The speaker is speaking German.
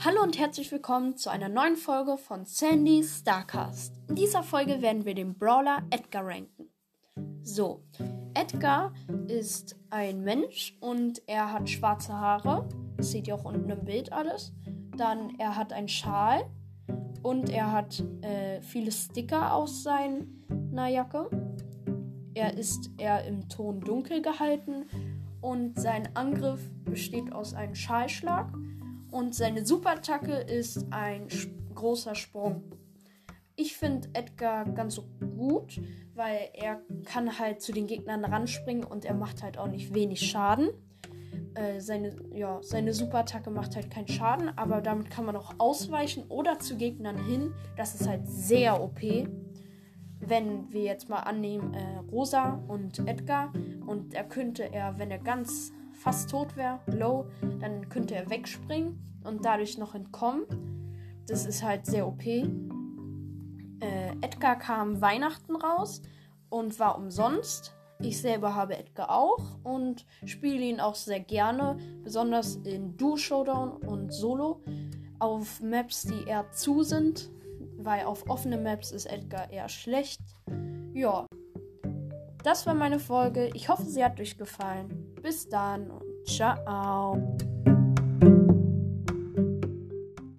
Hallo und herzlich willkommen zu einer neuen Folge von Sandy Starcast. In dieser Folge werden wir den Brawler Edgar ranken. So, Edgar ist ein Mensch und er hat schwarze Haare. Das seht ihr auch unten im Bild alles. Dann er hat einen Schal und er hat viele Sticker aus seiner Jacke. Er ist eher im Ton dunkel gehalten und sein Angriff besteht aus einem Schalschlag. Und seine Superattacke ist ein großer Sprung. Ich finde Edgar ganz so gut, weil er kann halt zu den Gegnern ranspringen und er macht halt auch nicht wenig Schaden. Seine Superattacke macht halt keinen Schaden, aber damit kann man auch ausweichen oder zu Gegnern hin. Das ist halt sehr OP. Wenn wir jetzt mal annehmen, Rosa und Edgar und wenn er ganz fast tot wäre, low, dann könnte er wegspringen und dadurch noch entkommen. Das ist halt sehr OP. Edgar kam Weihnachten raus und war umsonst. Ich selber habe Edgar auch und spiele ihn auch sehr gerne, besonders in Duo-Showdown und Solo, auf Maps, die eher zu sind, weil auf offene Maps ist Edgar eher schlecht. Ja, das war meine Folge. Ich hoffe, sie hat euch gefallen. Bis dann und ciao.